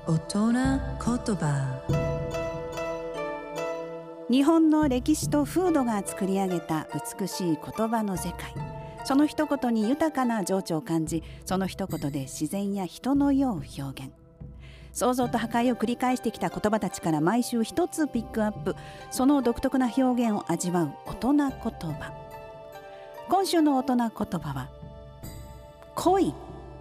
大人言葉。 日本の歴史と風土が作り上げた美しい言葉の世界。その一言に豊かな情緒を感じ、その一言で自然や人の世を表現。創造と破壊を繰り返してきた言葉たちから毎週一つピックアップ、その独特な表現を味わう大人言葉。今週の大人言葉は恋。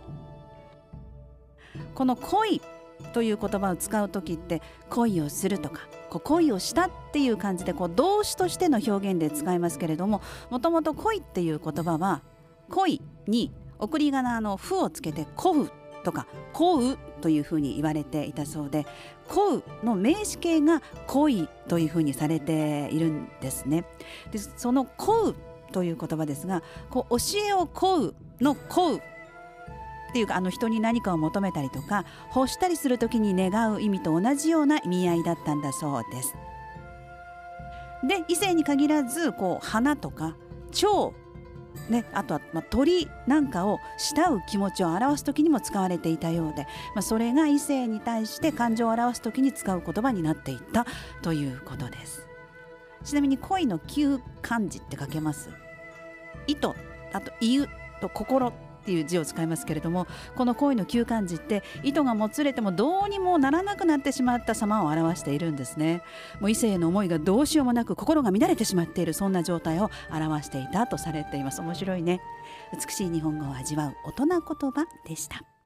この恋という言葉を使うときって、恋をするとか恋をしたっていう感じで動詞としての表現で使いますけれども、もともと恋っていう言葉は恋に送り仮名のふをつけて恋うとか恋うというふうに言われていたそうで、恋うの名詞形が恋というふうにされているんですね。でその恋うという言葉ですが、教えを請うの請うっていうか、人に何かを求めたりとか欲したりするときに願う意味と同じような意味合いだったんだそうです。で異性に限らず花とか蝶、あとは鳥なんかを慕う気持ちを表すときにも使われていたようで、それが異性に対して感情を表すときに使う言葉になっていったということです。ちなみに恋の9漢字って書けます。意図、あと意と心っていう字を使いますけれども、この恋の9漢字って意図がもつれてもどうにもならなくなってしまった様を表しているんですね。もう異性への思いがどうしようもなく心が乱れてしまっている、そんな状態を表していたとされています。面白いね。美しい日本語を味わう大人言葉でした。